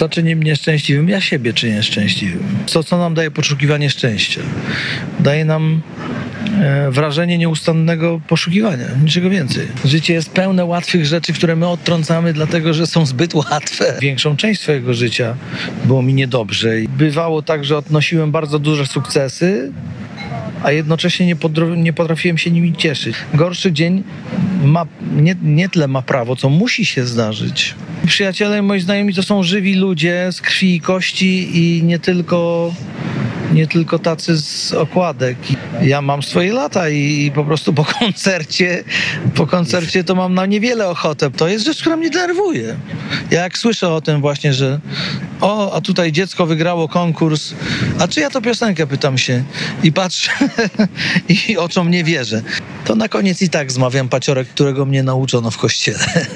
Co czyni mnie szczęśliwym? Ja siebie czynię szczęśliwym. Co nam daje poszukiwanie szczęścia? Daje nam wrażenie nieustannego poszukiwania, niczego więcej. Życie jest pełne łatwych rzeczy, które my odtrącamy, dlatego że są zbyt łatwe. Większą część swojego życia było mi niedobrze. Bywało tak, że odnosiłem bardzo duże sukcesy, a jednocześnie nie potrafiłem się nimi cieszyć. Gorszy dzień nie tyle ma prawo, co musi się zdarzyć. Przyjaciele i moi znajomi to są żywi ludzie z krwi i kości i nie tylko tacy z okładek. Ja mam swoje lata i po prostu po koncercie to mam na niewiele ochotę. To jest rzecz, która mnie denerwuje. Ja jak słyszę o tym właśnie, że a tutaj dziecko wygrało konkurs, a czyja to piosenkę, pytam się i patrzę i oczom nie wierzę. To na koniec i tak zmawiam paciorek, którego mnie nauczono w kościele.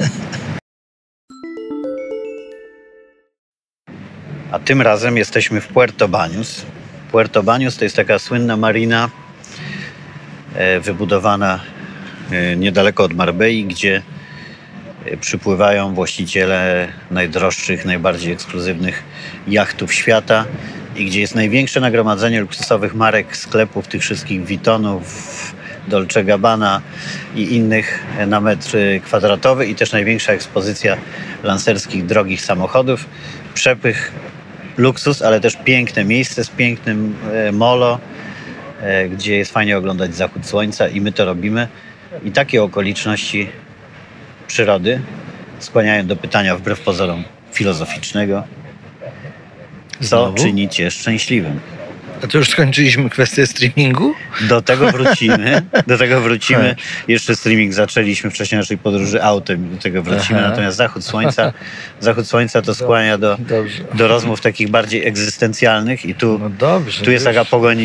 A tym razem jesteśmy w Puerto Banús. Puerto Banús to jest taka słynna marina wybudowana niedaleko od Marbei, gdzie przypływają właściciele najdroższych, najbardziej ekskluzywnych jachtów świata i gdzie jest największe nagromadzenie luksusowych marek sklepów, tych wszystkich Vuittonów, Dolce Gabbana i innych na metr kwadratowy i też największa ekspozycja lancerskich drogich samochodów. Przepych, luksus, ale też piękne miejsce z pięknym molo, gdzie jest fajnie oglądać zachód słońca i my to robimy. I takie okoliczności przyrody skłaniają do pytania wbrew pozorom filozoficznego. Co czyni cię szczęśliwym? A to już skończyliśmy kwestię streamingu? Do tego wrócimy. Jeszcze streaming zaczęliśmy wcześniej naszej podróży autem. Do tego wrócimy. Aha. Natomiast zachód słońca to skłania do rozmów takich bardziej egzystencjalnych. I tu jest taka pogoń.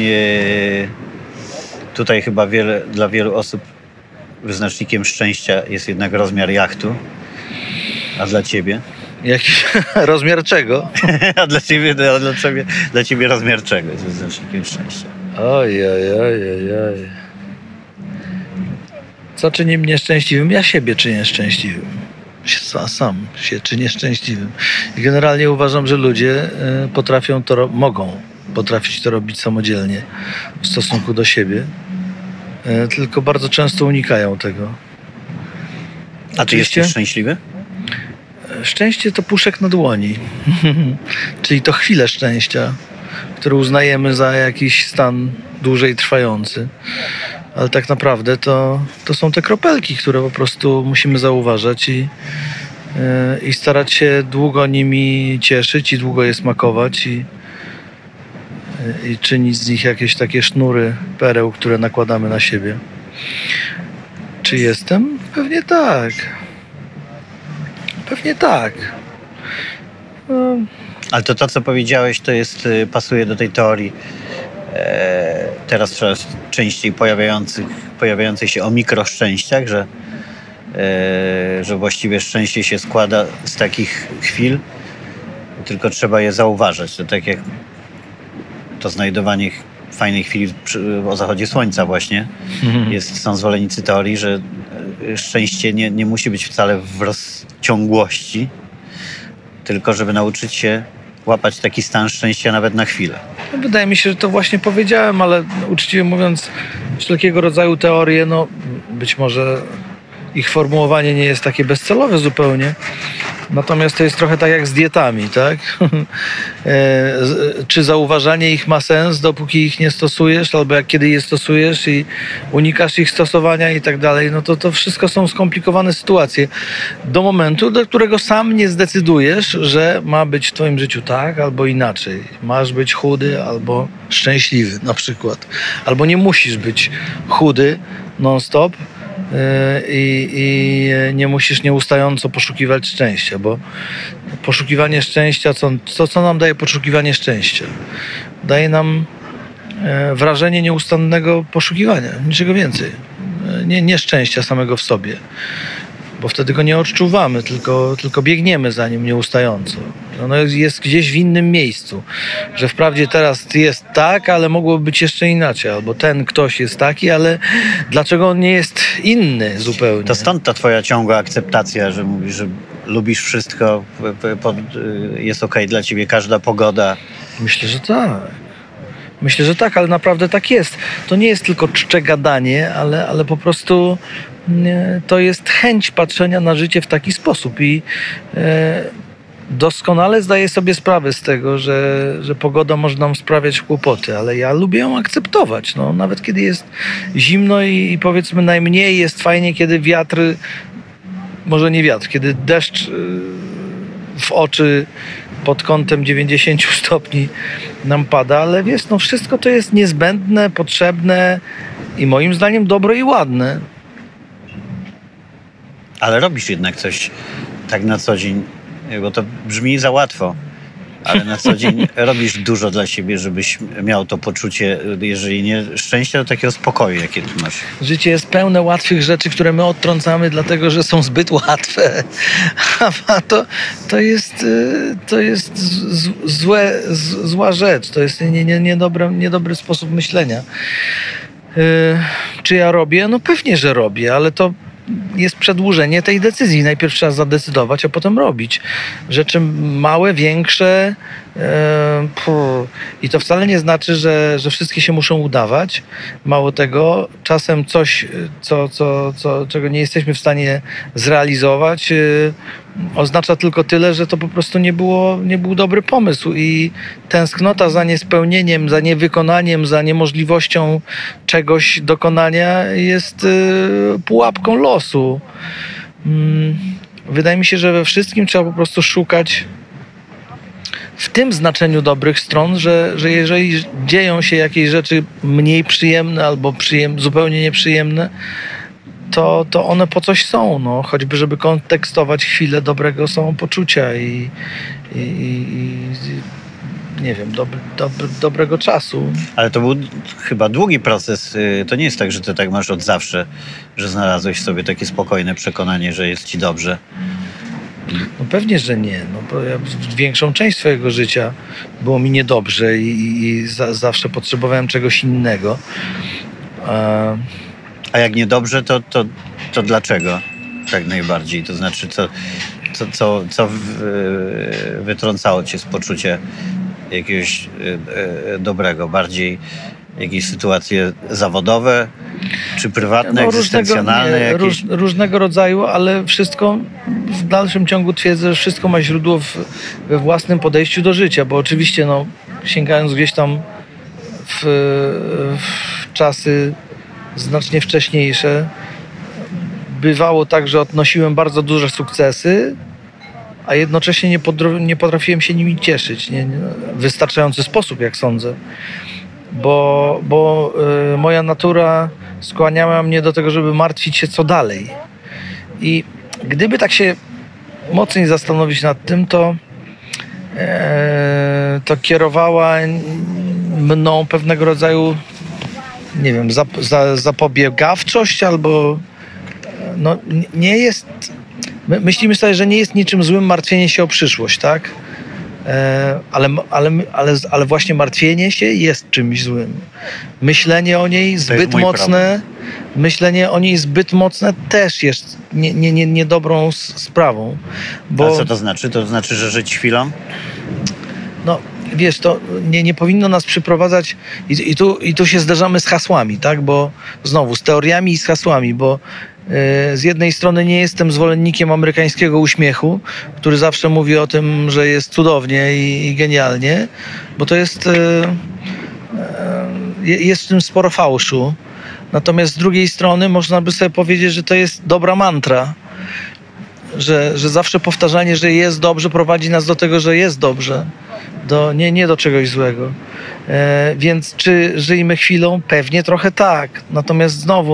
Tutaj chyba dla wielu osób wyznacznikiem szczęścia jest jednak rozmiar jachtu. A dla ciebie? Jakiś rozmiar czego? A dla ciebie rozmiar czego jest wyznacznikiem szczęścia? Oj. Co czyni mnie szczęśliwym? Ja siebie czynię szczęśliwym. Sam się czynię szczęśliwym. I generalnie uważam, że ludzie mogą potrafić to robić samodzielnie w stosunku do siebie. Tylko bardzo często unikają tego. A ty jesteś szczęśliwy? Szczęście to puszek na dłoni. Czyli to chwile szczęścia, które uznajemy za jakiś stan dłużej trwający. Ale tak naprawdę to są te kropelki, które po prostu musimy zauważać i starać się długo nimi cieszyć i długo je smakować i czynić z nich jakieś takie sznury pereł, które nakładamy na siebie. Czy jestem? Pewnie tak. Pewnie tak. Ale to, co powiedziałeś, pasuje do tej teorii teraz coraz częściej pojawiających się o mikroszczęściach, że właściwie szczęście się składa z takich chwil, tylko trzeba je zauważać. To tak jak to znajdowanie fajnej chwili o zachodzie słońca właśnie. Są zwolennicy teorii, że szczęście nie musi być wcale w rozciągłości, tylko żeby nauczyć się łapać taki stan szczęścia nawet na chwilę. Wydaje mi się, że to właśnie powiedziałem, ale uczciwie mówiąc, wszelkiego rodzaju teorie, być może ich formułowanie nie jest takie bezcelowe zupełnie. Natomiast to jest trochę tak jak z dietami, tak? Czy zauważanie ich ma sens, dopóki ich nie stosujesz, albo kiedy je stosujesz i unikasz ich stosowania i tak dalej, to wszystko są skomplikowane sytuacje. Do momentu, do którego sam nie zdecydujesz, że ma być w twoim życiu tak albo inaczej. Masz być chudy albo szczęśliwy na przykład. Albo nie musisz być chudy non-stop, i nie musisz nieustająco poszukiwać szczęścia, bo poszukiwanie szczęścia, co nam daje poszukiwanie szczęścia? Daje nam wrażenie nieustannego poszukiwania, niczego więcej. Nie szczęścia samego w sobie, bo wtedy go nie odczuwamy, tylko biegniemy za nim nieustająco. Ono jest gdzieś w innym miejscu, że wprawdzie teraz jest tak, ale mogłoby być jeszcze inaczej, albo ten ktoś jest taki, ale dlaczego on nie jest inny zupełnie? To stąd ta twoja ciągła akceptacja, że mówisz, że lubisz wszystko, jest okej dla ciebie każda pogoda. Myślę, że tak. Myślę, że tak, ale naprawdę tak jest. To nie jest tylko czcze gadanie, ale po prostu to jest chęć patrzenia na życie w taki sposób i doskonale zdaję sobie sprawę z tego, że pogoda może nam sprawiać kłopoty, ale ja lubię ją akceptować. No, nawet kiedy jest zimno i powiedzmy najmniej jest fajnie, kiedy wiatr, może nie wiatr, kiedy deszcz w oczy pod kątem 90 stopni nam pada, ale wiesz, no wszystko to jest niezbędne, potrzebne i moim zdaniem dobre i ładne. Ale robisz jednak coś tak na co dzień, bo to brzmi za łatwo, ale na co dzień robisz dużo dla siebie, żebyś miał to poczucie, jeżeli nie szczęścia, to takiego spokoju, jakie ty masz. Życie jest pełne łatwych rzeczy, które my odtrącamy, dlatego że są zbyt łatwe. A to jest zła rzecz. To jest niedobry sposób myślenia. Czy ja robię? No pewnie, że robię, ale to jest przedłużenie tej decyzji. Najpierw trzeba zadecydować, a potem robić. Rzeczy małe, większe. I to wcale nie znaczy, że wszystkie się muszą udawać. Mało tego, czasem coś, czego nie jesteśmy w stanie zrealizować, oznacza tylko tyle, że to po prostu nie był dobry pomysł i tęsknota za niespełnieniem, za niewykonaniem, za niemożliwością czegoś dokonania jest pułapką losu. Wydaje mi się, że we wszystkim trzeba po prostu szukać w tym znaczeniu dobrych stron, że jeżeli dzieją się jakieś rzeczy mniej przyjemne albo zupełnie nieprzyjemne, to one po coś są, no. Choćby żeby kontekstować chwilę dobrego samopoczucia i nie wiem, dobrego czasu. Ale to był chyba długi proces. To nie jest tak, że ty tak masz od zawsze, że znalazłeś w sobie takie spokojne przekonanie, że jest ci dobrze. No pewnie, że nie. No, bo ja większą część swojego życia było mi niedobrze i zawsze potrzebowałem czegoś innego. A jak niedobrze, to dlaczego tak najbardziej? To znaczy, co wytrącało cię z poczucia jakiegoś dobrego? Bardziej jakieś sytuacje zawodowe czy prywatne, egzystencjonalne? Różnego rodzaju, ale wszystko w dalszym ciągu twierdzę, że wszystko ma źródło we własnym podejściu do życia, bo oczywiście no, sięgając gdzieś tam w czasy znacznie wcześniejsze, bywało tak, że odnosiłem bardzo duże sukcesy, a jednocześnie nie potrafiłem się nimi cieszyć w wystarczający sposób, jak sądzę. Bo moja natura skłaniała mnie do tego, żeby martwić się co dalej. I gdyby tak się mocniej zastanowić nad tym, to kierowała mną pewnego rodzaju, nie wiem, zapobiegawczość albo no, nie jest... Myślimy sobie, że nie jest niczym złym martwienie się o przyszłość, tak? Ale właśnie martwienie się jest czymś złym. Myślenie o niej zbyt mocne, też jest niedobrą sprawą. A co to znaczy? To znaczy, że żyć chwilą? No, wiesz, to nie powinno nas przyprowadzać i tu się zderzamy z hasłami, tak? Bo znowu, z teoriami i z hasłami, bo z jednej strony nie jestem zwolennikiem amerykańskiego uśmiechu, który zawsze mówi o tym, że jest cudownie i genialnie, bo to jest w tym sporo fałszu. Natomiast z drugiej strony można by sobie powiedzieć, że to jest dobra mantra, że zawsze powtarzanie, że jest dobrze, prowadzi nas do tego, że jest dobrze, nie do czegoś złego. Więc czy żyjmy chwilą? Pewnie trochę tak. Natomiast znowu,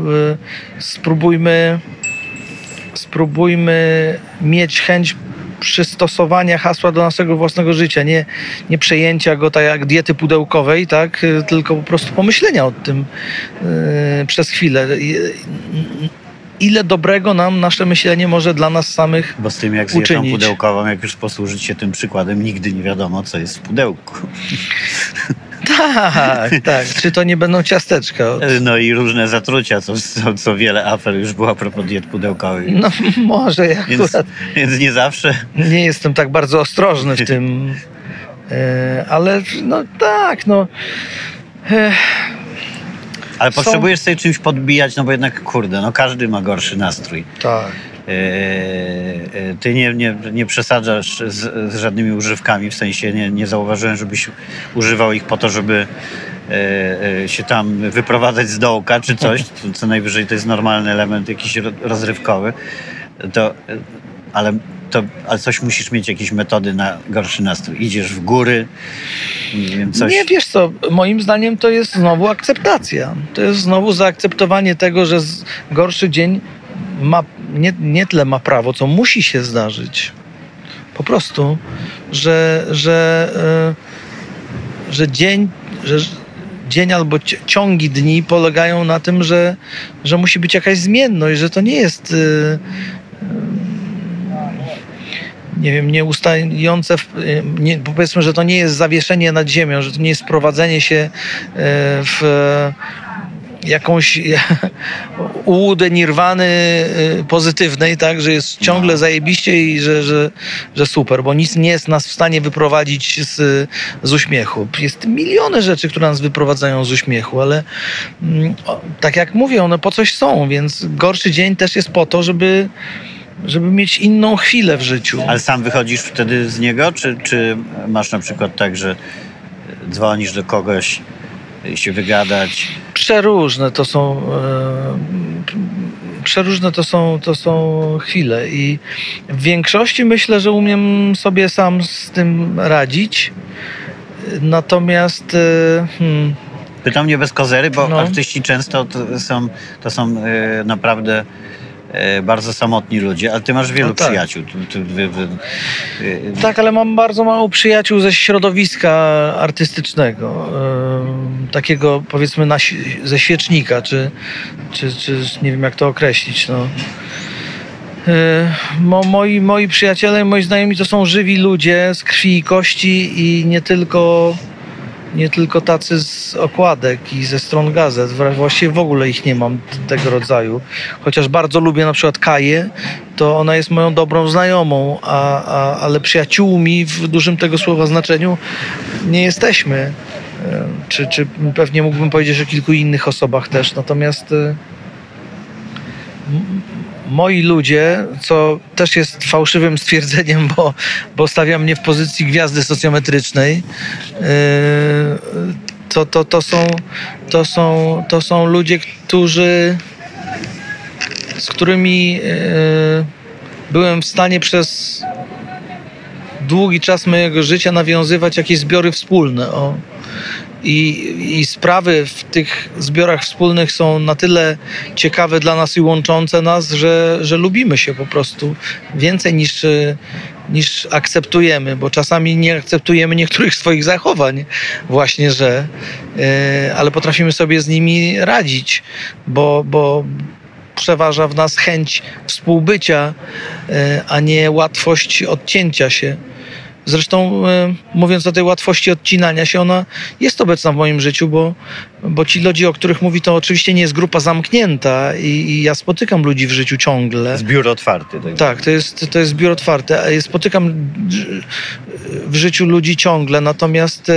spróbujmy mieć chęć przystosowania hasła do naszego własnego życia, nie przejęcia go tak jak diety pudełkowej, tak? Tylko po prostu pomyślenia o tym przez chwilę. Ile dobrego nam nasze myślenie może dla nas samych Bo z tym jak z dietą pudełkową, jak już posłużyć się tym przykładem, nigdy nie wiadomo, co jest w pudełku. Tak, tak. Czy to nie będą ciasteczka? No i różne zatrucia, co wiele afer już było a propos diet pudełkowych. No może ja Więc, akurat więc nie zawsze. nie jestem tak bardzo ostrożny w tym, ale no tak, no. Ale potrzebujesz sobie czymś podbijać, no bo jednak, kurde, no każdy ma gorszy nastrój. Tak. Ty nie przesadzasz z żadnymi używkami, w sensie nie zauważyłem, żebyś używał ich po to, żeby się tam wyprowadzać z dołka czy coś, co najwyżej to jest normalny element jakiś rozrywkowy, ale coś musisz mieć, jakieś metody na gorszy nastrój. Idziesz w góry, nie wiem, coś. Nie, wiesz co, moim zdaniem to jest znowu akceptacja. To jest znowu zaakceptowanie tego, że gorszy dzień nie tyle ma prawo, co musi się zdarzyć. Po prostu, że dzień albo ciągi dni polegają na tym, że musi być jakaś zmienność, że to nie jest nie wiem, nieustające, powiedzmy, że to nie jest zawieszenie nad ziemią, że to nie jest prowadzenie się w jakąś ułudę nirwany pozytywnej, tak, że jest ciągle zajebiście i że super, bo nic nie jest nas w stanie wyprowadzić z uśmiechu. Jest miliony rzeczy, które nas wyprowadzają z uśmiechu, ale tak jak mówię, one po coś są, więc gorszy dzień też jest po to, żeby mieć inną chwilę w życiu. Ale sam wychodzisz wtedy z niego, czy masz na przykład tak, że dzwonisz do kogoś się wygadać? Przeróżne to są chwile i w większości myślę, że umiem sobie sam z tym radzić. Natomiast Pytam nie bez kozery, bo no. artyści często to są naprawdę bardzo samotni ludzie, ale ty masz wielu przyjaciół. Tak, ale mam bardzo mało przyjaciół ze środowiska artystycznego. Takiego, powiedzmy, ze świecznika, czy nie wiem, jak to określić. No. Moi przyjaciele, moi znajomi to są żywi ludzie z krwi i kości i nie tylko tacy z okładek i ze stron gazet. Właściwie w ogóle ich nie mam tego rodzaju. Chociaż bardzo lubię na przykład Kaję, to ona jest moją dobrą znajomą, ale przyjaciółmi w dużym tego słowa znaczeniu nie jesteśmy. Czy pewnie mógłbym powiedzieć o kilku innych osobach też. Natomiast moi ludzie, co też jest fałszywym stwierdzeniem, bo stawia mnie w pozycji gwiazdy socjometrycznej, to są ludzie, z którymi byłem w stanie przez długi czas mojego życia nawiązywać jakieś zbiory wspólne. I sprawy w tych zbiorach wspólnych są na tyle ciekawe dla nas i łączące nas, że lubimy się po prostu więcej niż akceptujemy, bo czasami nie akceptujemy niektórych swoich zachowań właśnie, ale potrafimy sobie z nimi radzić, bo przeważa w nas chęć współbycia, a nie łatwość odcięcia się. Zresztą mówiąc o tej łatwości odcinania się, ona jest obecna w moim życiu, bo ci ludzie, o których mówi, to oczywiście nie jest grupa zamknięta i ja spotykam ludzi w życiu ciągle. Zbiór otwarty. Tak, to jest zbiór otwarty. Spotykam w życiu ludzi ciągle, natomiast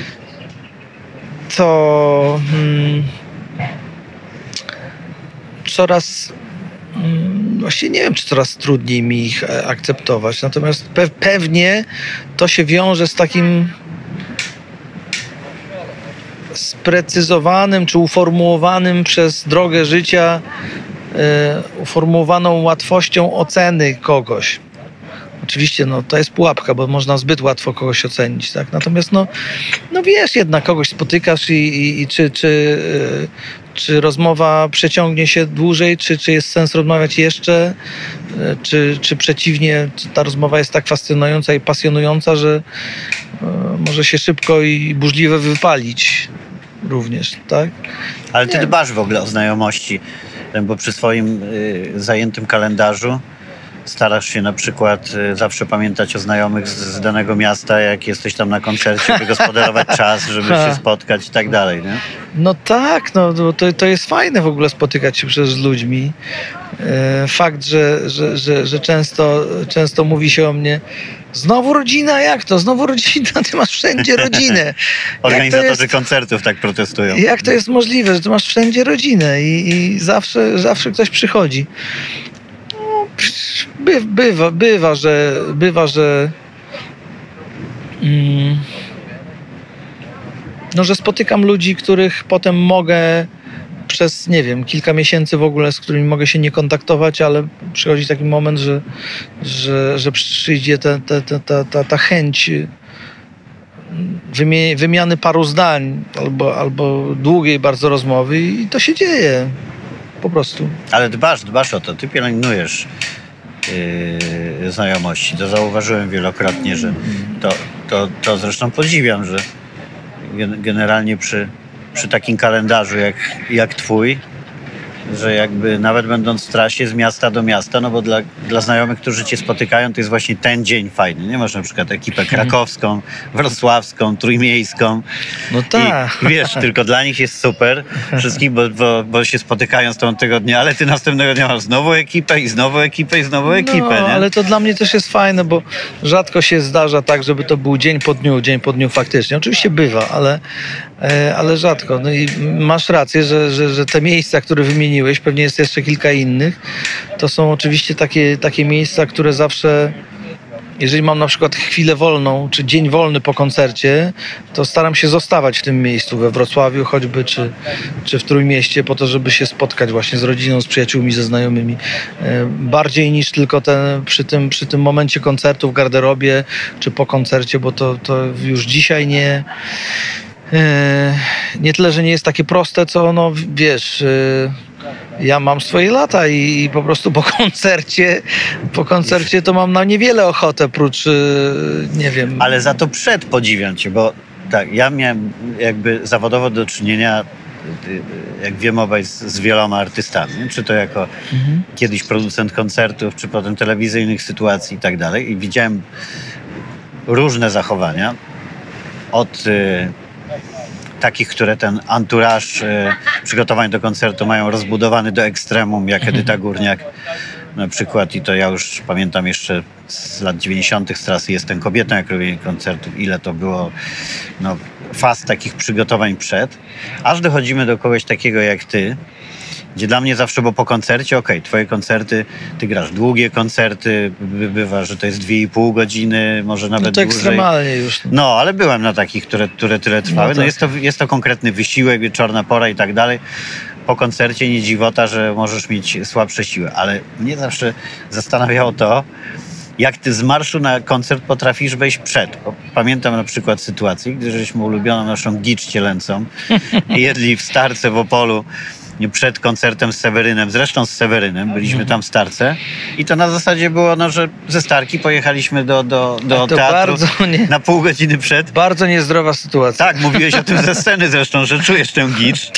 to coraz... Właściwie nie wiem, czy coraz trudniej mi ich akceptować. Natomiast pewnie to się wiąże z takim sprecyzowanym czy uformułowanym przez drogę życia, uformułowaną łatwością oceny kogoś. Oczywiście to jest pułapka, bo można zbyt łatwo kogoś ocenić. Tak? Natomiast wiesz, jednak kogoś spotykasz i czy rozmowa przeciągnie się dłużej, czy jest sens rozmawiać jeszcze, czy przeciwnie, ta rozmowa jest tak fascynująca i pasjonująca, że może się szybko i burzliwie wypalić również, tak? Ale ty dbasz w ogóle o znajomości, bo przy swoim zajętym kalendarzu starasz się na przykład zawsze pamiętać o znajomych z danego miasta, jak jesteś tam na koncercie, wygospodarować czas, żeby się spotkać i tak dalej, nie? No tak, no to jest fajne w ogóle spotykać się przecież z ludźmi. Fakt, że często mówi się o mnie: znowu rodzina, jak to? Znowu rodzina, ty masz wszędzie rodzinę. Organizatorzy koncertów tak protestują. Jak to jest możliwe, że ty masz wszędzie rodzinę i zawsze ktoś przychodzi? No, bywa, że no, że spotykam ludzi, których potem mogę przez, nie wiem, kilka miesięcy w ogóle, z którymi mogę się nie kontaktować, ale przychodzi taki moment, że przyjdzie ta chęć wymiany paru zdań albo długiej bardzo rozmowy i to się dzieje po prostu. Ale dbasz o to, ty pielęgnujesz znajomości. To zauważyłem wielokrotnie, że to zresztą podziwiam, że generalnie przy takim kalendarzu jak twój, że jakby nawet będąc w trasie z miasta do miasta, no bo dla znajomych, którzy cię spotykają, to jest właśnie ten dzień fajny. Nie masz na przykład ekipę krakowską, wrocławską, trójmiejską. No tak. I wiesz, tylko dla nich jest super wszystkich, bo się spotykają z tą tego dnia, ale ty następnego dnia masz znowu ekipę i znowu ekipę i znowu ekipę, nie? Ale to dla mnie też jest fajne, bo rzadko się zdarza tak, żeby to był dzień po dniu faktycznie. Oczywiście bywa, ale rzadko. No i masz rację, że te miejsca, które wymieniłeś, pewnie jest jeszcze kilka innych, to są oczywiście takie miejsca, które zawsze, jeżeli mam na przykład chwilę wolną, czy dzień wolny po koncercie, to staram się zostawać w tym miejscu, we Wrocławiu choćby, czy w Trójmieście, po to, żeby się spotkać właśnie z rodziną, z przyjaciółmi, ze znajomymi. Bardziej niż tylko przy tym momencie koncertu w garderobie, czy po koncercie, bo to już dzisiaj nie tyle, że nie jest takie proste, co no wiesz, ja mam swoje lata i po prostu po koncercie to mam na niewiele ochotę, prócz, nie wiem. Ale za to podziwiam cię, bo tak, ja miałem jakby zawodowo do czynienia, jak wiem, obaj z wieloma artystami, czy to jako kiedyś producent koncertów, czy potem telewizyjnych sytuacji i tak dalej, i widziałem różne zachowania od takich, które ten entourage przygotowań do koncertu mają rozbudowany do ekstremum, jak Edyta Górniak na przykład, i to ja już pamiętam jeszcze z lat 90. z trasy Jestem kobietą, jak robię koncertów, ile to było faz takich przygotowań przed, aż dochodzimy do kogoś takiego jak ty, gdzie dla mnie zawsze, bo po koncercie, twoje koncerty, ty grasz długie koncerty, bywa, że to jest 2,5 godziny, może nawet to dłużej. Ekstremalnie już. No, ale byłem na takich, które tyle trwały. No tak. Jest to konkretny wysiłek, wieczorna pora i tak dalej. Po koncercie nie dziwota, że możesz mieć słabsze siły, ale mnie zawsze zastanawiało to, jak ty z marszu na koncert potrafisz wejść przed. Bo pamiętam na przykład sytuację, gdy żeśmy ulubioną naszą gicz cielęcą i jedli w Starce w Opolu przed koncertem z Sewerynem, zresztą z Sewerynem, byliśmy tam w Starce i to na zasadzie było, że ze Starki pojechaliśmy do teatru na pół godziny przed. Bardzo niezdrowa sytuacja. Tak, mówiłeś o tym ze sceny zresztą, że czujesz tę gicz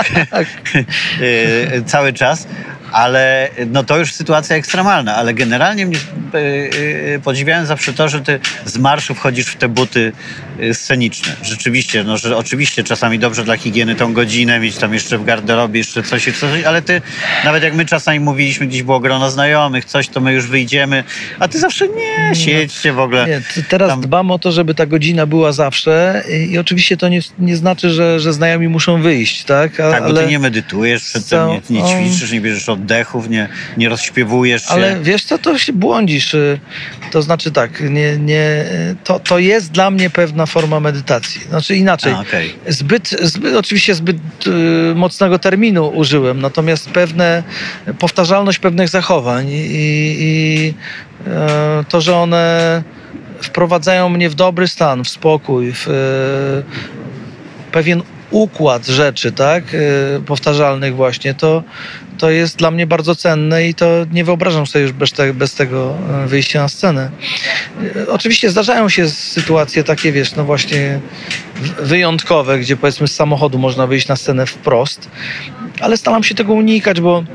cały czas, ale to już sytuacja ekstremalna, ale generalnie mnie podziwiałem zawsze to, że ty z marszu wchodzisz w te buty sceniczne. Rzeczywiście, że oczywiście czasami dobrze dla higieny tą godzinę mieć tam jeszcze w garderobie, jeszcze coś, ale ty, nawet jak my czasami mówiliśmy, gdzieś było grono znajomych, coś, to my już wyjdziemy, a ty zawsze siedźcie w ogóle. Nie, teraz dbam o to, żeby ta godzina była zawsze i oczywiście to nie znaczy, że znajomi muszą wyjść, tak? Tak, bo ty nie medytujesz, przedtem nie ćwiczysz, nie bierzesz oddechów, nie rozśpiewujesz się. Ale wiesz co, to się błądzisz. To znaczy tak, to jest dla mnie pewna forma medytacji. Znaczy inaczej. Oczywiście zbyt mocnego terminu użyłem, natomiast powtarzalność pewnych zachowań i to, że one wprowadzają mnie w dobry stan, w spokój, w pewien układ rzeczy, tak, powtarzalnych właśnie, to jest dla mnie bardzo cenne i to nie wyobrażam sobie już bez tego wyjścia na scenę. Oczywiście zdarzają się sytuacje takie, wiesz, właśnie wyjątkowe, gdzie powiedzmy z samochodu można wyjść na scenę wprost, ale staram się tego unikać, bo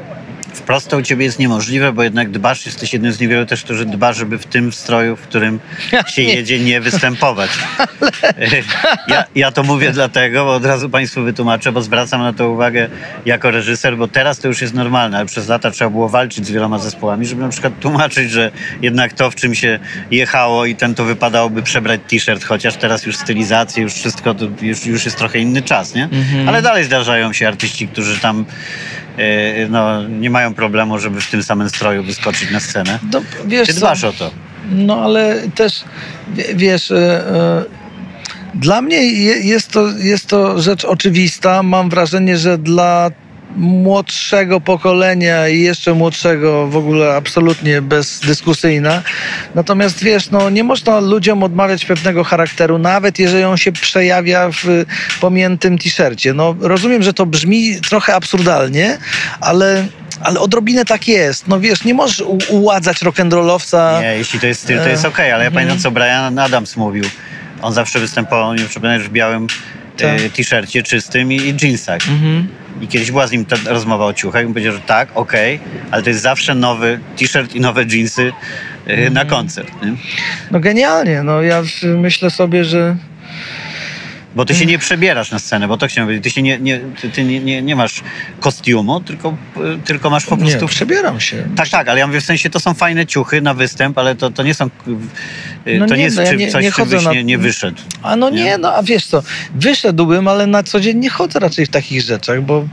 wprost to u ciebie jest niemożliwe, bo jednak dbasz, jesteś jednym z niewielu też, którzy dba, żeby w tym stroju, w którym się jedzie, nie występować. Ja to mówię dlatego, bo od razu państwu wytłumaczę, bo zwracam na to uwagę jako reżyser, bo teraz to już jest normalne, ale przez lata trzeba było walczyć z wieloma zespołami, żeby na przykład tłumaczyć, że jednak to, w czym się jechało i to wypadałoby przebrać t-shirt, chociaż teraz już stylizacje, już wszystko, to już jest trochę inny czas, nie? Ale dalej zdarzają się artyści, którzy tam nie mają problemu, żeby w tym samym stroju wyskoczyć na scenę. No, wiesz Ty dbasz o to. No ale też, wiesz, dla mnie jest to rzecz oczywista. Mam wrażenie, że dla młodszego pokolenia i jeszcze młodszego w ogóle absolutnie bezdyskusyjna. Natomiast wiesz, no nie można ludziom odmawiać pewnego charakteru, nawet jeżeli on się przejawia w pomiętym t-shircie. No rozumiem, że to brzmi trochę absurdalnie, ale odrobinę tak jest. No wiesz, nie możesz uładzać rock'n'rollowca. Nie, jeśli to jest styl, to jest okej, ale ja pamiętam, co Bryan Adams mówił. On zawsze występował, nie wiem, w białym t-shircie czystym i jeansach. I kiedyś była z nim ta rozmowa o ciuchach i on powiedział, że tak, okej, ale to jest zawsze nowy t-shirt i nowe jeansy na koncert. Nie? No genialnie. No ja myślę sobie, że bo ty się nie przebierasz na scenę, bo to chciałem powiedzieć. Ty nie masz kostiumu, tylko masz po prostu... Nie, przebieram się. Tak, ale ja mówię w sensie, to są fajne ciuchy na występ, ale to nie są... No to nie jest coś, nie czym byś chodzę nie wyszedł. A no nie, no a wiesz co, wyszedłbym, ale na co dzień nie chodzę raczej w takich rzeczach, bo...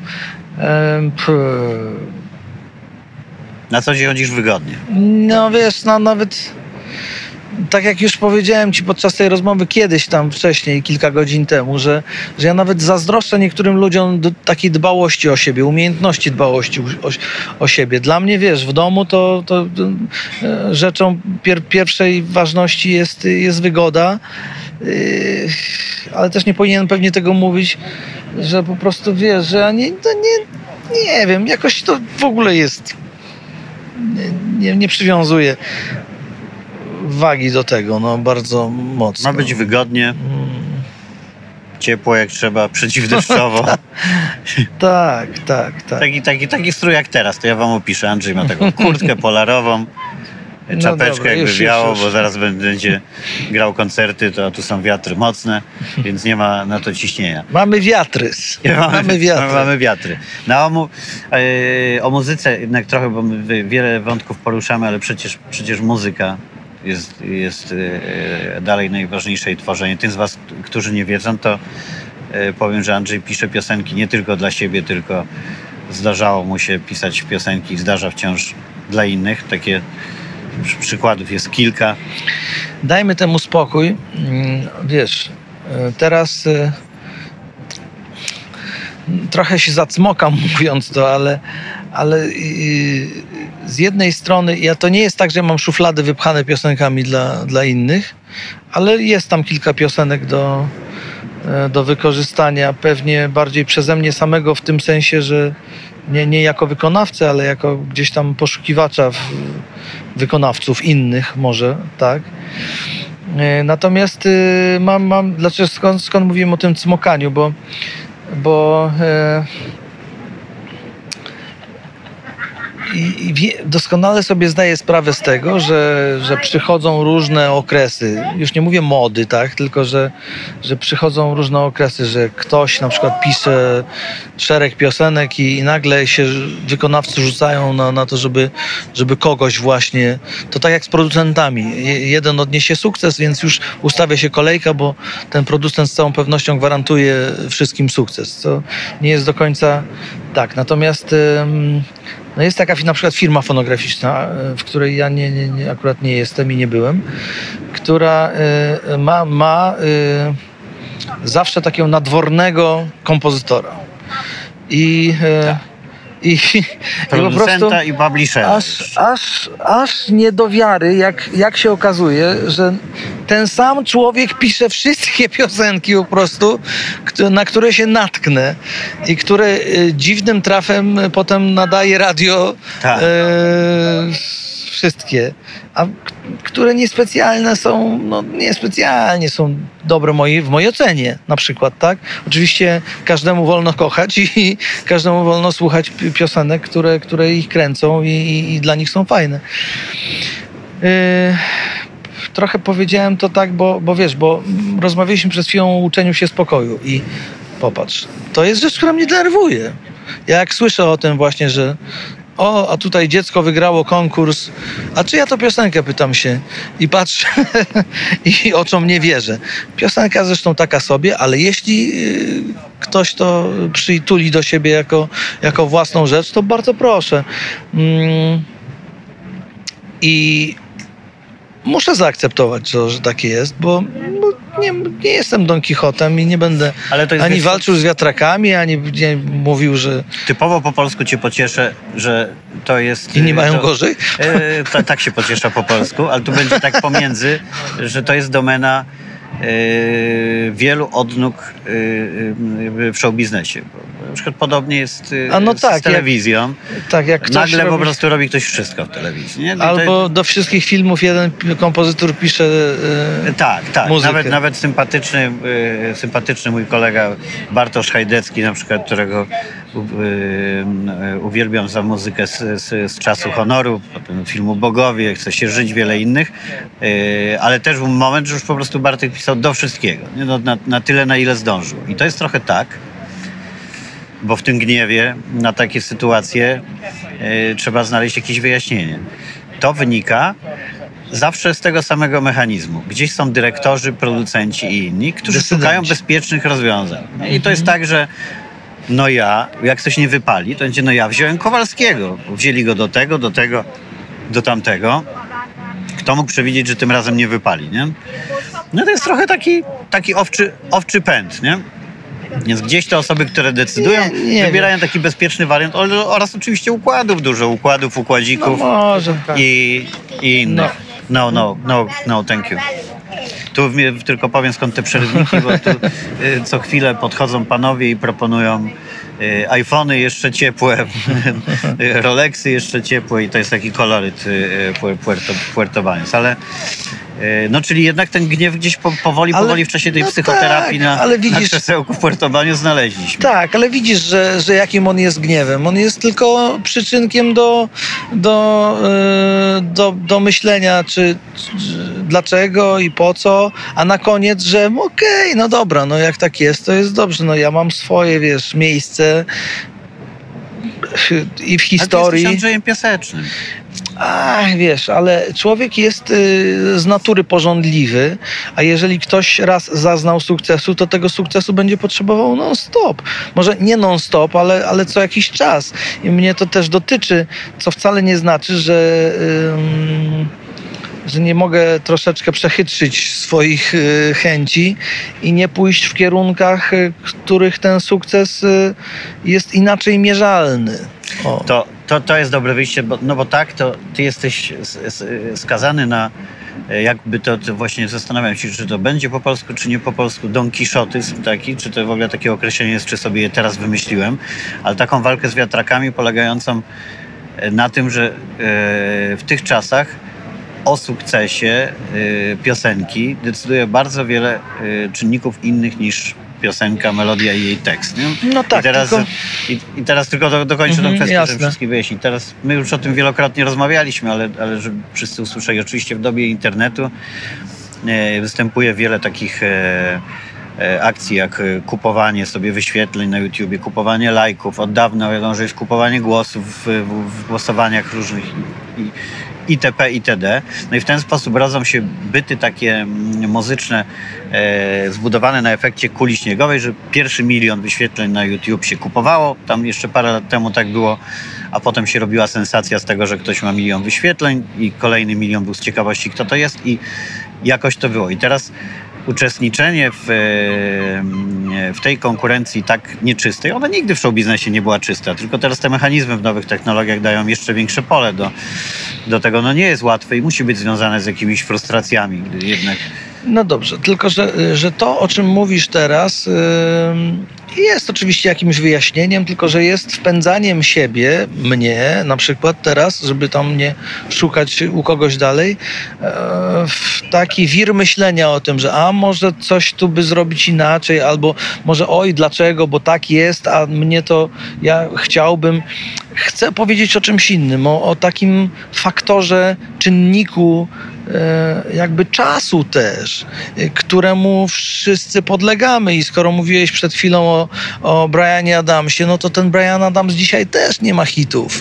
Na co dzień chodzisz wygodnie. No wiesz, no nawet... Tak jak już powiedziałem ci podczas tej rozmowy kiedyś tam wcześniej, kilka godzin temu, że ja nawet zazdroszczę niektórym ludziom takiej dbałości o siebie, umiejętności dbałości o siebie. Dla mnie, wiesz, w domu to rzeczą pierwszej ważności jest wygoda, ale też nie powinienem pewnie tego mówić, że po prostu, wiesz, że ja nie wiem, jakoś to w ogóle jest, nie przywiązuję wagi do tego, no bardzo mocno. Ma być wygodnie, ciepło jak trzeba, przeciwdeszczowo. Tak. Taki strój jak teraz, to ja wam opiszę. Andrzej ma taką kurtkę polarową, czapeczkę dobra, jakby już. bo zaraz będzie grał koncerty, to tu są wiatry mocne, więc nie ma na to ciśnienia. Mamy wiatry. Mamy wiatry. O muzyce jednak trochę, bo my wiele wątków poruszamy, ale przecież muzyka jest dalej najważniejsze i tworzenie. Tym z was, którzy nie wiedzą, to powiem, że Andrzej pisze piosenki nie tylko dla siebie, tylko zdarzało mu się pisać piosenki, zdarza wciąż dla innych. Takie przykładów jest kilka. Dajmy temu spokój. Wiesz, teraz trochę się zacmokam mówiąc to, ale z jednej strony, to nie jest tak, że mam szuflady wypchane piosenkami dla innych, ale jest tam kilka piosenek do wykorzystania, pewnie bardziej przeze mnie samego w tym sensie, że nie jako wykonawcę, ale jako gdzieś tam poszukiwacza wykonawców innych może, tak. Natomiast mam dlaczego skąd mówiłem o tym cmokaniu, bo doskonale sobie zdaję sprawę z tego, że przychodzą różne okresy. Już nie mówię mody, tak? Tylko, że przychodzą różne okresy, że ktoś na przykład pisze szereg piosenek i nagle się wykonawcy rzucają na to, żeby kogoś właśnie... To tak jak z producentami. Jeden odniesie sukces, więc już ustawia się kolejka, bo ten producent z całą pewnością gwarantuje wszystkim sukces. To nie jest do końca tak. Natomiast... No jest taka na przykład firma fonograficzna, w której ja akurat nie jestem i nie byłem, która ma zawsze takiego nadwornego kompozytora. I producenta i publishera. Aż nie do wiary, jak się okazuje, że ten sam człowiek pisze wszystkie piosenki po prostu, na które się natknę i które dziwnym trafem potem nadaje radio wszystkie, a które niespecjalnie są, no niespecjalnie są dobre w mojej ocenie na przykład, tak? Oczywiście każdemu wolno kochać i każdemu wolno słuchać piosenek, które ich kręcą i dla nich są fajne. Trochę powiedziałem to tak, bo wiesz, bo rozmawialiśmy przed chwilą o uczeniu się spokoju i popatrz, to jest rzecz, która mnie denerwuje. Ja jak słyszę o tym właśnie, że a tutaj dziecko wygrało konkurs, a czyja to piosenka, pytam się i patrzę i oczom nie wierzę. Piosenka zresztą taka sobie, ale jeśli ktoś to przytuli do siebie jako własną rzecz, to bardzo proszę. I muszę zaakceptować, że takie jest, bo nie jestem Don Quixotem i nie będę ani walczył z wiatrakami, ani nie mówił, że... Typowo po polsku cię pocieszę, że to jest... Inni mają gorzej? Tak się pociesza po polsku, ale tu będzie tak pomiędzy, że to jest domena wielu odnóg w showbiznesie. Na przykład podobnie jest z telewizją. Jak ktoś nagle po prostu robi ktoś wszystko w telewizji. Nie? Albo do wszystkich filmów jeden kompozytor pisze muzykę. Nawet sympatyczny mój kolega Bartosz Hajdecki, na przykład, którego uwielbiam za muzykę z Czasu Honoru, potem filmu Bogowie, Chce się żyć, wiele innych, ale też był moment, że już po prostu Bartek pisał do wszystkiego, nie? Na tyle, na ile zdążył. I to jest trochę tak, bo w tym gniewie na takie sytuacje trzeba znaleźć jakieś wyjaśnienie. To wynika zawsze z tego samego mechanizmu. Gdzieś są dyrektorzy, producenci i inni, którzy szukają bezpiecznych rozwiązań. I to jest tak, że jak coś nie wypali, to będzie, ja wziąłem Kowalskiego. Wzięli go do tego, do tamtego. Kto mógł przewidzieć, że tym razem nie wypali, nie? No to jest trochę taki owczy pęd, nie? Więc gdzieś te osoby, które decydują, wybierają taki bezpieczny wariant oraz oczywiście dużo układów, układzików i innych. No, thank you. Tu tylko powiem, skąd te przerywniki, bo tu co chwilę podchodzą panowie i proponują iPhony jeszcze ciepłe, Rolexy jeszcze ciepłe i to jest taki koloryt Puerto Baños. Ale czyli jednak ten gniew gdzieś powoli w czasie tej psychoterapii na krzesełku w Puerto Baños znaleźliśmy. Tak, ale widzisz, że jakim on jest gniewem. On jest tylko przyczynkiem do myślenia, czy dlaczego i po co, a na koniec, że no dobra, jak tak jest, to jest dobrze. Ja mam swoje, miejsce i w historii. Ale ty jesteś Andrzejem Piasecznym. Ale człowiek jest z natury pożądliwy, a jeżeli ktoś raz zaznał sukcesu, to tego sukcesu będzie potrzebował non-stop. Może nie non-stop, ale co jakiś czas. I mnie to też dotyczy, co wcale nie znaczy, że nie mogę troszeczkę przechytrzyć swoich chęci i nie pójść w kierunkach, których ten sukces jest inaczej mierzalny. To jest dobre wyjście, bo tak, to ty jesteś skazany na jakby to właśnie zastanawiam się, czy to będzie po polsku, czy nie po polsku, Don Quixotyzm taki, czy to w ogóle takie określenie jest, czy sobie je teraz wymyśliłem, ale taką walkę z wiatrakami polegającą na tym, że w tych czasach o sukcesie piosenki decyduje bardzo wiele czynników innych niż piosenka, melodia i jej tekst. Nie? No tak. I teraz tylko dokończę tę kwestię, żeby wszystkich wyjaśnić. Teraz my już o tym wielokrotnie rozmawialiśmy, ale żeby wszyscy usłyszeli, oczywiście w dobie internetu występuje wiele takich akcji, jak kupowanie sobie wyświetleń na YouTubie, kupowanie lajków. Od dawna wiadomo, że jest kupowanie głosów w głosowaniach różnych itp. itd. No i w ten sposób rodzą się byty takie muzyczne zbudowane na efekcie kuli śniegowej, że pierwszy 1 milion wyświetleń na YouTube się kupowało. Tam jeszcze parę lat temu tak było, a potem się robiła sensacja z tego, że ktoś ma 1 milion wyświetleń i kolejny 1 milion był z ciekawości, kto to jest i jakoś to było. I teraz uczestniczenie w tej konkurencji tak nieczystej, ona nigdy w showbiznesie nie była czysta, tylko teraz te mechanizmy w nowych technologiach dają jeszcze większe pole do tego. No nie jest łatwe i musi być związane z jakimiś frustracjami, gdy jednak... No dobrze, tylko że to, o czym mówisz teraz, jest oczywiście jakimś wyjaśnieniem, tylko że jest wpędzaniem siebie, mnie na przykład teraz, żeby tam nie szukać u kogoś dalej, w taki wir myślenia o tym, że a może coś tu by zrobić inaczej, albo może oj, dlaczego, bo tak jest, a mnie to, ja chcę powiedzieć o czymś innym, o takim faktorze, czynniku jakby czasu też, któremu wszyscy podlegamy. I skoro mówiłeś przed chwilą o Brianie Adamsie, no to ten Brian Adams dzisiaj też nie ma hitów.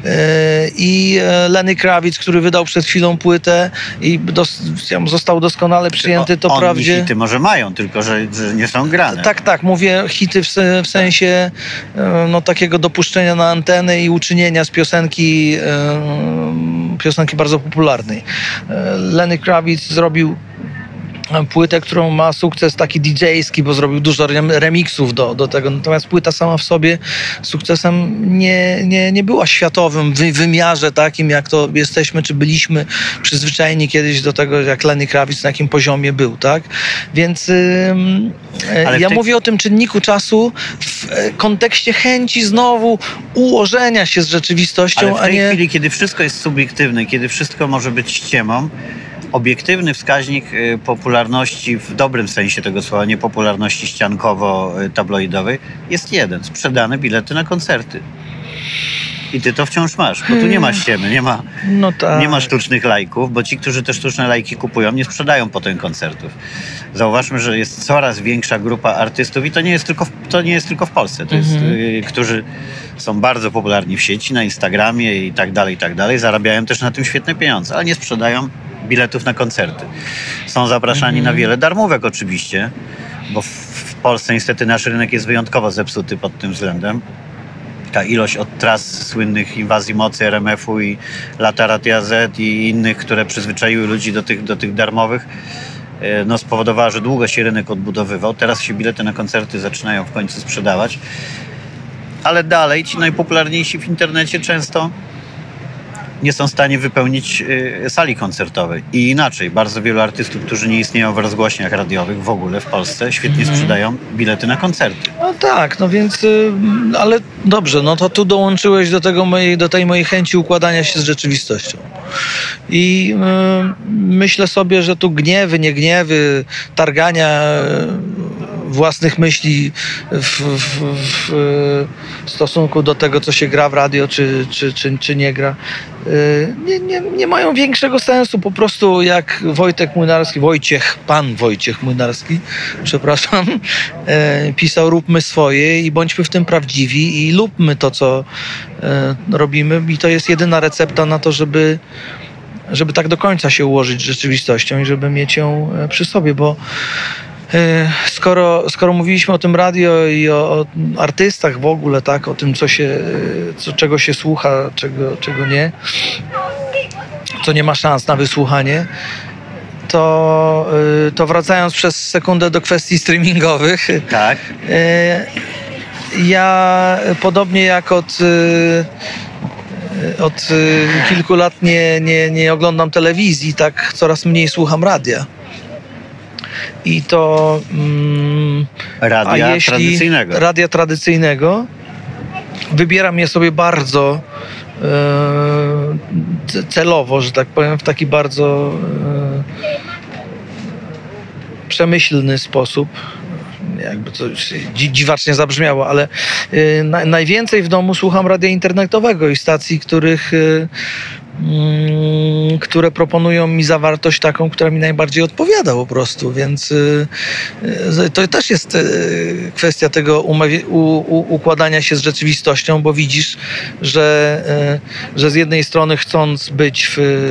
I Lenny Kravitz, który wydał przed chwilą płytę i został doskonale przyjęty, to wprawdzie... hity może mają, tylko że nie są grane. Tak, mówię hity w sensie takiego dopuszczenia na antenę i uczynienia z piosenki bardzo popularnej. Lenny Kravitz zrobił płytę, którą ma sukces taki DJ-ski, bo zrobił dużo remixów do tego. Natomiast płyta sama w sobie sukcesem nie była światowym w wymiarze takim, jak to jesteśmy, czy byliśmy przyzwyczajeni kiedyś do tego, jak Lenny Kravitz na jakim poziomie był, tak? Więc mówię o tym czynniku czasu w kontekście chęci znowu ułożenia się z rzeczywistością, ale w tej chwili, kiedy wszystko jest subiektywne, kiedy wszystko może być ściemą, obiektywny wskaźnik popularności w dobrym sensie tego słowa, nie popularności ściankowo-tabloidowej, jest jeden. Sprzedane bilety na koncerty. I ty to wciąż masz, bo tu nie ma ściemy, nie ma sztucznych lajków, bo ci, którzy te sztuczne lajki kupują, nie sprzedają potem koncertów. Zauważmy, że jest coraz większa grupa artystów i to nie jest tylko w Polsce. To jest, którzy są bardzo popularni w sieci, na Instagramie i tak dalej, zarabiają też na tym świetne pieniądze, ale nie sprzedają biletów na koncerty. Są zapraszani na wiele darmówek oczywiście, bo w Polsce niestety nasz rynek jest wyjątkowo zepsuty pod tym względem. Ta ilość od tras słynnych Inwazji Mocy, RMF-u i Lata Radia Z i innych, które przyzwyczaiły ludzi do tych darmowych, spowodowała, że długo się rynek odbudowywał. Teraz się bilety na koncerty zaczynają w końcu sprzedawać. Ale dalej ci najpopularniejsi w internecie często nie są w stanie wypełnić sali koncertowej. I inaczej, bardzo wielu artystów, którzy nie istnieją w rozgłośniach radiowych w ogóle w Polsce, świetnie sprzedają bilety na koncerty. No tak, więc, ale dobrze, no to tu dołączyłeś do tej mojej chęci układania się z rzeczywistością. I myślę sobie, że tu gniewy, nie gniewy, targania własnych myśli w stosunku do tego, co się gra w radio, czy nie gra, nie mają większego sensu. Po prostu jak pan Wojciech Młynarski, przepraszam, pisał: róbmy swoje i bądźmy w tym prawdziwi i lubmy to, co robimy. I to jest jedyna recepta na to, żeby tak do końca się ułożyć z rzeczywistością i żeby mieć ją przy sobie, bo skoro mówiliśmy o tym radio i o artystach w ogóle, tak, o tym, czego się słucha, czego nie, co nie ma szans na wysłuchanie, to wracając przez sekundę do kwestii streamingowych. Tak. Ja podobnie jak od kilku lat nie oglądam telewizji, tak coraz mniej słucham radia. I to radia tradycyjnego wybieram je sobie bardzo celowo, że tak powiem, w taki bardzo przemyślny sposób. Jakby to dziwacznie zabrzmiało, ale najwięcej w domu słucham radia internetowego i stacji, które proponują mi zawartość taką, która mi najbardziej odpowiada po prostu, więc to też jest kwestia tego układania się z rzeczywistością, bo widzisz, że z jednej strony chcąc być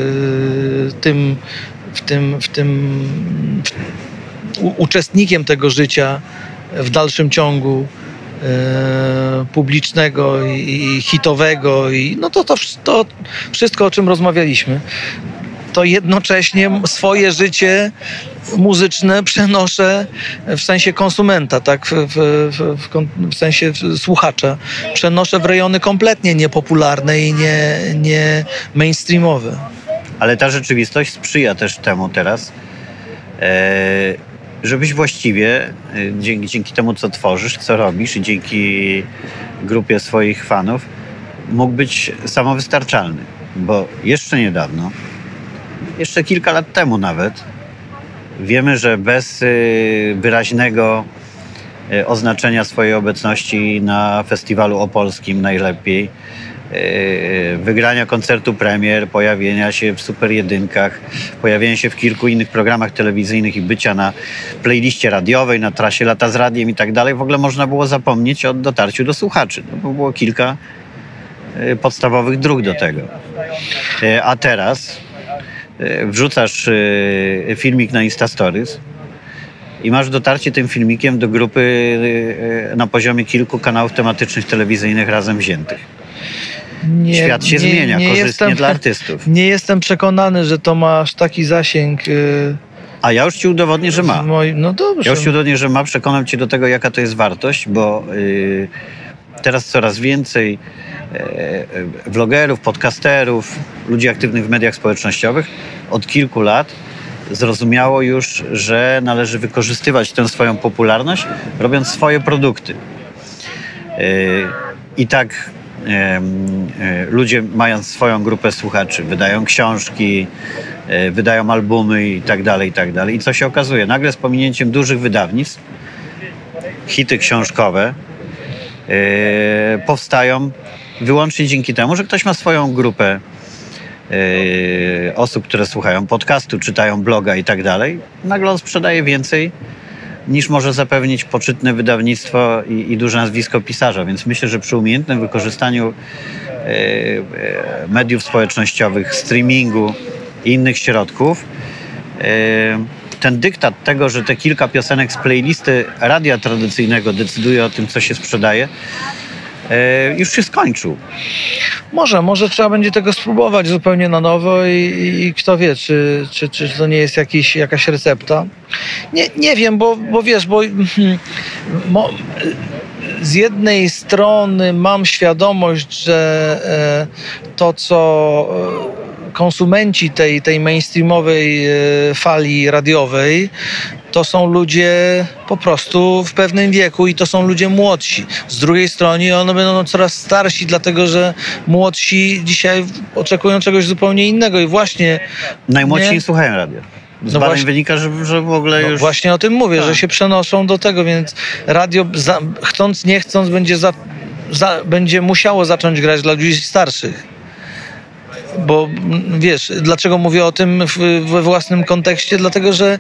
uczestnikiem tego życia w dalszym ciągu, publicznego i hitowego, i to wszystko, o czym rozmawialiśmy, to jednocześnie swoje życie muzyczne przenoszę w sensie konsumenta, tak, w sensie słuchacza, przenoszę w rejony kompletnie niepopularne i nie mainstreamowe. Ale ta rzeczywistość sprzyja też temu teraz, żebyś właściwie dzięki temu, co tworzysz, co robisz i dzięki grupie swoich fanów mógł być samowystarczalny. Bo jeszcze niedawno, jeszcze kilka lat temu nawet, wiemy, że bez wyraźnego oznaczenia swojej obecności na festiwalu opolskim najlepiej, wygrania koncertu premier, pojawienia się w Super Jedynkach, pojawienia się w kilku innych programach telewizyjnych i bycia na playliście radiowej, na trasie Lata z Radiem i tak dalej, w ogóle można było zapomnieć o dotarciu do słuchaczy. No, bo było kilka podstawowych dróg do tego. A teraz wrzucasz filmik na Insta Stories i masz dotarcie tym filmikiem do grupy na poziomie kilku kanałów tematycznych telewizyjnych razem wziętych. Świat się zmienia korzystnie dla artystów. Nie jestem przekonany, że to ma aż taki zasięg. A ja już ci udowodnię, że ma. No dobrze. Ja już ci udowodnię, że ma. Przekonam cię do tego, jaka to jest wartość, bo teraz coraz więcej vlogerów, podcasterów, ludzi aktywnych w mediach społecznościowych od kilku lat zrozumiało już, że należy wykorzystywać tę swoją popularność, robiąc swoje produkty. I tak ludzie, mając swoją grupę słuchaczy, wydają książki, wydają albumy i tak dalej, i tak dalej. I co się okazuje? Nagle z pominięciem dużych wydawnictw hity książkowe powstają wyłącznie dzięki temu, że ktoś ma swoją grupę osób, które słuchają podcastu, czytają bloga i tak dalej. Nagle on sprzedaje więcej niż może zapewnić poczytne wydawnictwo i duże nazwisko pisarza. Więc myślę, że przy umiejętnym wykorzystaniu mediów społecznościowych, streamingu i innych środków, ten dyktat tego, że te kilka piosenek z playlisty radia tradycyjnego decyduje o tym, co się sprzedaje, już się skończył. Może trzeba będzie tego spróbować zupełnie na nowo i kto wie, czy to nie jest jakaś recepta. Nie wiem, bo wiesz, z jednej strony mam świadomość, że to, co konsumenci tej mainstreamowej fali radiowej, to są ludzie po prostu w pewnym wieku i to są ludzie młodsi. Z drugiej strony one będą coraz starsi, dlatego że młodsi dzisiaj oczekują czegoś zupełnie innego i właśnie... Najmłodsi nie słuchają radia. Z badań wynika, że w ogóle już... Właśnie o tym mówię, że się przenoszą do tego, więc radio chcąc, nie chcąc będzie musiało zacząć grać dla ludzi starszych. Bo wiesz, dlaczego mówię o tym we własnym kontekście? Dlatego, że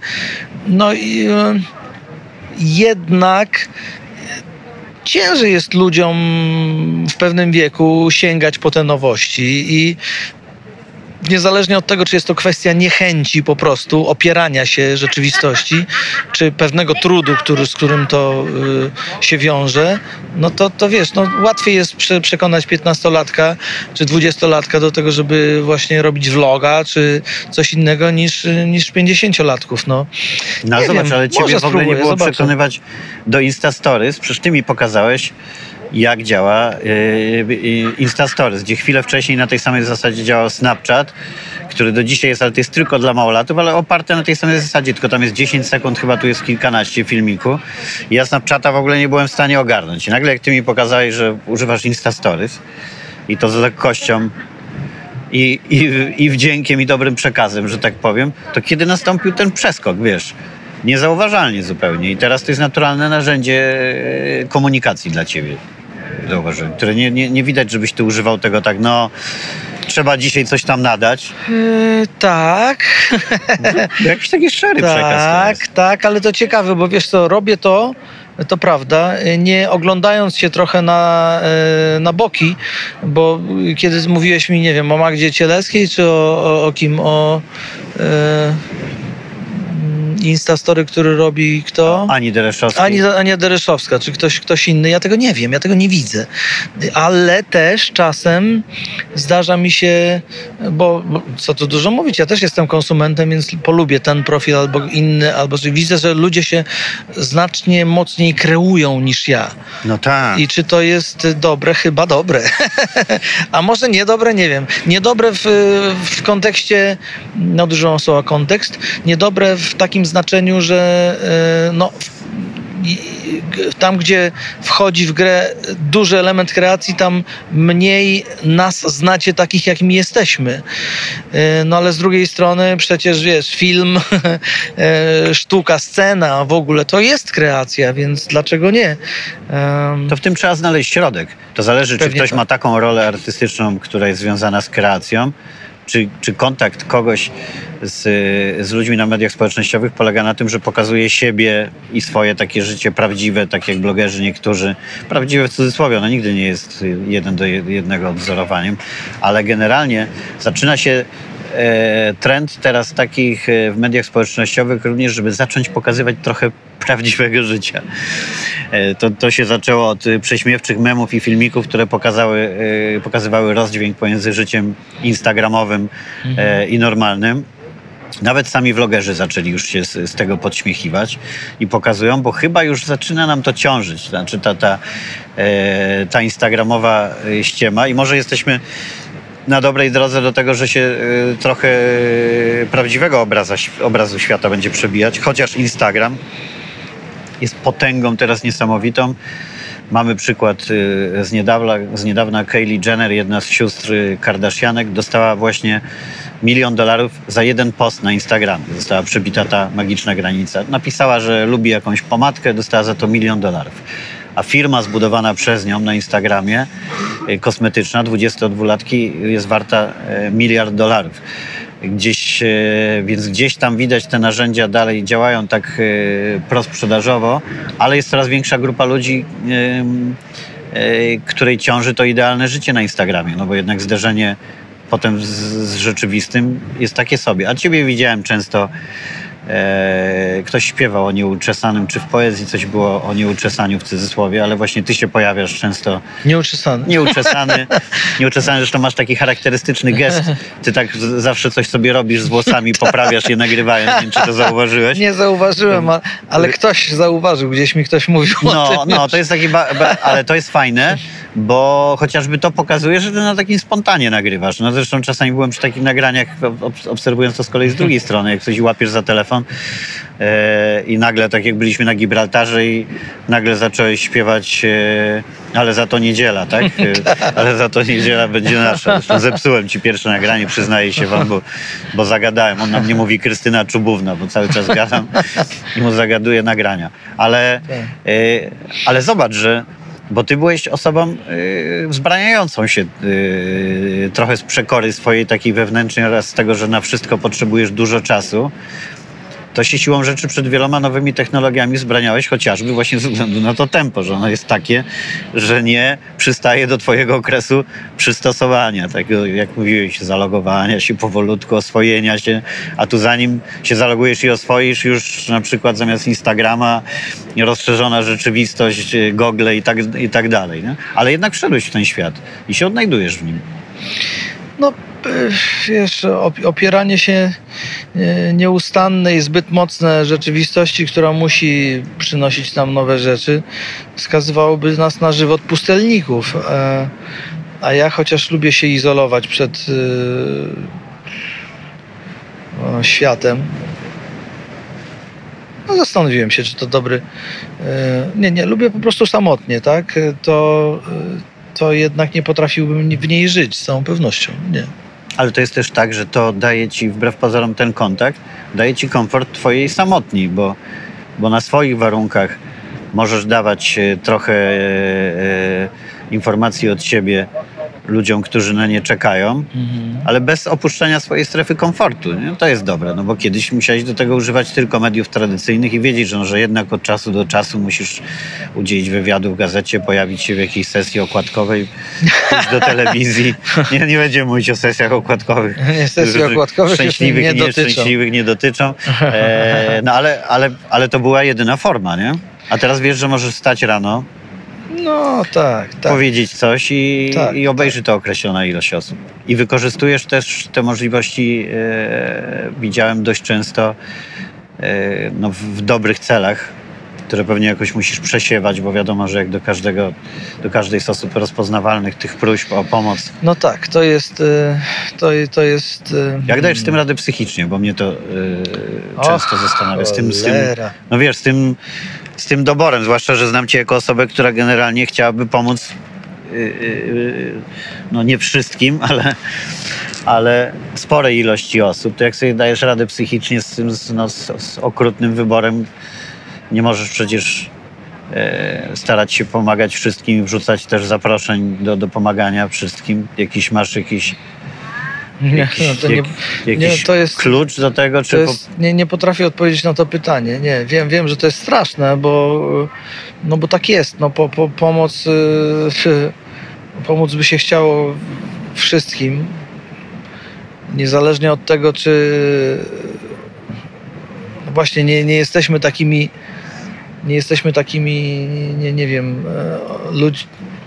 jednak ciężej jest ludziom w pewnym wieku sięgać po te nowości i niezależnie od tego, czy jest to kwestia niechęci po prostu, opierania się rzeczywistości, czy pewnego trudu, z którym to się wiąże, no to wiesz, łatwiej jest przekonać 15-latka czy 20-latka do tego, żeby właśnie robić vloga, czy coś innego niż 50-latków. No zobacz, ale ciebie w ogóle nie było przekonywać do Insta Stories. Przecież ty mi pokazałeś, jak działa Insta Stories, gdzie chwilę wcześniej na tej samej zasadzie działał Snapchat, który do dzisiaj jest, ale to jest tylko dla małolatów, ale oparte na tej samej zasadzie, tylko tam jest 10 sekund, chyba tu jest kilkanaście filmiku. I ja Snapchata w ogóle nie byłem w stanie ogarnąć. I nagle jak ty mi pokazałeś, że używasz Insta Stories i to z lekkością i wdziękiem i dobrym przekazem, że tak powiem, to kiedy nastąpił ten przeskok, wiesz, niezauważalnie zupełnie. I teraz to jest naturalne narzędzie komunikacji dla ciebie, zauważyłem, które nie widać, żebyś ty używał tego tak, trzeba dzisiaj coś tam nadać. Tak. Jakiś taki szczery przekaz. Tak, ale to ciekawe, bo wiesz co, robię to prawda, nie oglądając się trochę na boki, bo kiedy mówiłeś mi, nie wiem, o Magdzie Cieleskiej, czy o kim, Instastory, który robi kto? Ani Dereszowska. Ania Dereszowska, czy ktoś inny. Ja tego nie wiem, ja tego nie widzę. Ale też czasem zdarza mi się, bo co tu dużo mówić, ja też jestem konsumentem, więc polubię ten profil albo inny, albo widzę, że ludzie się znacznie mocniej kreują niż ja. No tak. I czy to jest dobre? Chyba dobre. A może niedobre? Nie wiem. Niedobre w kontekście, dużo słowa kontekst, niedobre w takim znaczeniu, że tam, gdzie wchodzi w grę duży element kreacji, tam mniej nas znacie takich, jakimi jesteśmy. No ale z drugiej strony przecież, wiesz, film, sztuka, scena w ogóle to jest kreacja, więc dlaczego nie? To w tym trzeba znaleźć środek. To zależy, czy ktoś ma taką rolę artystyczną, która jest związana z kreacją, czy kontakt kogoś z ludźmi na mediach społecznościowych polega na tym, że pokazuje siebie i swoje takie życie prawdziwe, tak jak blogerzy niektórzy. Prawdziwe w cudzysłowie, ono nigdy nie jest 1:1 odwzorowaniem, ale generalnie zaczyna się trend teraz takich w mediach społecznościowych również, żeby zacząć pokazywać trochę prawdziwego życia. To się zaczęło od prześmiewczych memów i filmików, które pokazywały rozdźwięk pomiędzy życiem instagramowym i normalnym. Nawet sami vlogerzy zaczęli już się z tego podśmiechiwać i pokazują, bo chyba już zaczyna nam to ciążyć. Znaczy ta instagramowa ściema i może jesteśmy na dobrej drodze do tego, że się trochę prawdziwego obrazu świata będzie przebijać, chociaż Instagram jest potęgą teraz niesamowitą. Mamy przykład z niedawna Kylie Jenner, jedna z sióstr Kardashianek, dostała właśnie $1 milion za jeden post na Instagramie. Została przebita ta magiczna granica. Napisała, że lubi jakąś pomadkę, dostała za to $1 milion. A firma zbudowana przez nią na Instagramie, kosmetyczna, 22-latki, jest warta $1 miliard. Więc gdzieś tam widać, te narzędzia dalej działają tak prosprzedażowo, ale jest coraz większa grupa ludzi, której ciąży to idealne życie na Instagramie, no bo jednak zderzenie potem z rzeczywistym jest takie sobie. A ciebie widziałem często, ktoś śpiewał o nieuczesanym, czy w poezji coś było o nieuczesaniu w cudzysłowie, ale właśnie ty się pojawiasz często. Nieuczesany, zresztą masz taki charakterystyczny gest. Ty tak zawsze coś sobie robisz z włosami, poprawiasz je nagrywając. Nie wiem, czy to zauważyłeś? Nie zauważyłem, ale ktoś zauważył, gdzieś mi ktoś mówił o tym. No, to jest taki, ale to jest fajne, bo chociażby to pokazuje, że ty na takim spontanie nagrywasz. No zresztą czasami byłem przy takich nagraniach, obserwując to z kolei z drugiej strony, jak coś łapiesz za telefon i nagle, tak jak byliśmy na Gibraltarze i nagle zacząłeś śpiewać ale za to niedziela, tak? Ale za to niedziela będzie nasza. Zresztą zepsułem ci pierwsze nagranie, przyznaję się wam, bo zagadałem. On na mnie mówi Krystyna Czubówna, bo cały czas gadam i mu zagaduję nagrania. Ale zobacz, bo ty byłeś osobą wzbraniającą się trochę z przekory swojej takiej wewnętrznej oraz z tego, że na wszystko potrzebujesz dużo czasu. To się siłą rzeczy przed wieloma nowymi technologiami wzbraniałeś, chociażby właśnie ze względu na to tempo, że ono jest takie, że nie przystaje do twojego okresu przystosowania, takiego jak mówiłeś, zalogowania się powolutku, oswojenia się, a tu zanim się zalogujesz i oswoisz, już na przykład zamiast Instagrama rozszerzona rzeczywistość, Google i tak dalej. Nie? Ale jednak wszedłeś w ten świat i się odnajdujesz w nim. No, wiesz, opieranie się nieustannej, zbyt mocne rzeczywistości, która musi przynosić nam nowe rzeczy, wskazywałoby nas na żywot pustelników. A ja chociaż lubię się izolować przed światem, no zastanowiłem się, czy to dobry... Nie, lubię po prostu samotnie, tak? To jednak nie potrafiłbym w niej żyć z całą pewnością, nie. Ale to jest też tak, że to daje ci, wbrew pozorom, ten kontakt, daje ci komfort twojej samotni, bo na swoich warunkach możesz dawać trochę informacji od siebie ludziom, którzy na nie czekają, ale bez opuszczenia swojej strefy komfortu. Nie? To jest dobre, no bo kiedyś musiałeś do tego używać tylko mediów tradycyjnych i wiedzieć, że jednak od czasu do czasu musisz udzielić wywiadu w gazecie, pojawić się w jakiejś sesji okładkowej, pójść do telewizji. Nie będziemy mówić o sesjach okładkowych. Sesje okładkowe szczęśliwych i nieszczęśliwych nie dotyczą. No ale to była jedyna forma, nie? A teraz wiesz, że możesz wstać rano, no tak. Powiedzieć coś i obejrzy to określona ilość osób. I wykorzystujesz też te możliwości, widziałem dość często w dobrych celach. które pewnie jakoś musisz przesiewać, bo wiadomo, że jak do każdej z osób rozpoznawalnych tych próśb o pomoc. No tak, to jest... Jak dajesz z tym radę psychicznie, bo mnie to często zastanawia. No wiesz, z tym doborem, zwłaszcza, że znam cię jako osobę, która generalnie chciałaby pomóc no nie wszystkim, ale sporej ilości osób. To jak sobie dajesz radę psychicznie z tym z okrutnym wyborem, nie możesz przecież starać się pomagać wszystkim i wrzucać też zaproszeń do pomagania wszystkim. Masz jakiś klucz do tego? Czy nie potrafię odpowiedzieć na to pytanie. Nie, wiem, że to jest straszne, bo tak jest. No, pomóc by się chciało wszystkim. Niezależnie od tego, czy właśnie nie jesteśmy takimi, nie wiem, ludźmi.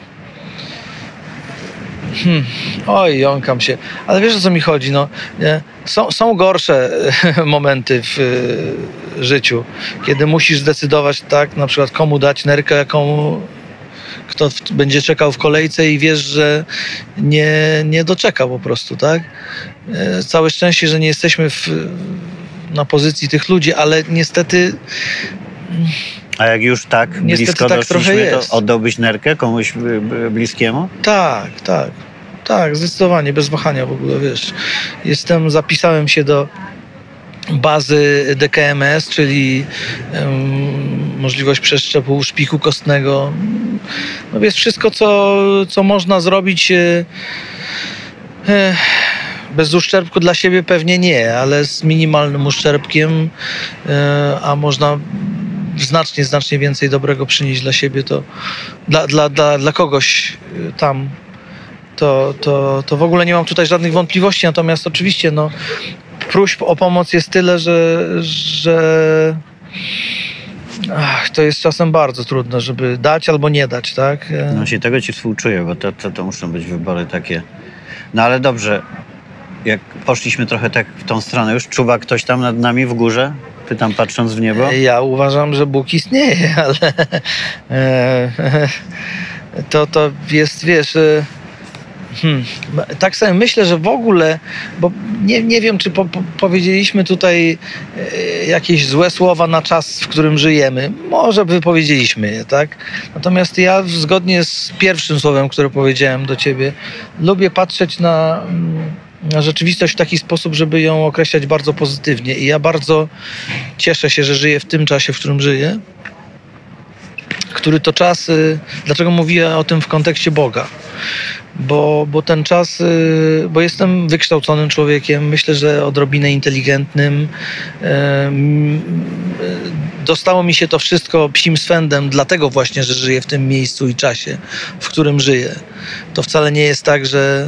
Oj, jąkam się. Ale wiesz, o co mi chodzi? No, nie? Są gorsze momenty w życiu, kiedy musisz zdecydować, tak, na przykład komu dać nerkę, kto będzie czekał w kolejce i wiesz, że nie doczeka po prostu, tak? Całe szczęście, że nie jesteśmy na pozycji tych ludzi, ale niestety... A jak już tak blisko tak doszliśmy, to oddałbyś nerkę komuś bliskiemu? Tak, zdecydowanie, bez wahania w ogóle, wiesz. Zapisałem się do bazy DKMS, czyli możliwość przeszczepu szpiku kostnego. No wiesz, wszystko, co można zrobić bez uszczerbku dla siebie pewnie nie, ale z minimalnym uszczerbkiem, a można znacznie więcej dobrego przynieść dla siebie, to dla kogoś tam, to w ogóle nie mam tutaj żadnych wątpliwości. Natomiast oczywiście próśb o pomoc jest tyle, że to jest czasem bardzo trudno, żeby dać albo nie dać, tak? No się tego ci współczuję, bo to muszą być wybory takie. No ale dobrze, jak poszliśmy trochę tak w tą stronę, już czuwa ktoś tam nad nami w górze? Pytam, patrząc w niebo. Ja uważam, że Bóg istnieje, ale to jest, wiesz... Tak sobie myślę, że w ogóle, bo nie wiem, czy powiedzieliśmy tutaj jakieś złe słowa na czas, w którym żyjemy. Może wypowiedzieliśmy je, tak? Natomiast ja zgodnie z pierwszym słowem, które powiedziałem do ciebie, lubię patrzeć na rzeczywistość w taki sposób, żeby ją określać bardzo pozytywnie. I ja bardzo cieszę się, że żyję w tym czasie, w którym żyję. Który to czas, dlaczego mówię o tym w kontekście Boga? Bo ten czas, bo jestem wykształconym człowiekiem, myślę, że odrobinę inteligentnym. Dostało mi się to wszystko psim swędem, dlatego właśnie, że żyję w tym miejscu i czasie, w którym żyję. To wcale nie jest tak, że...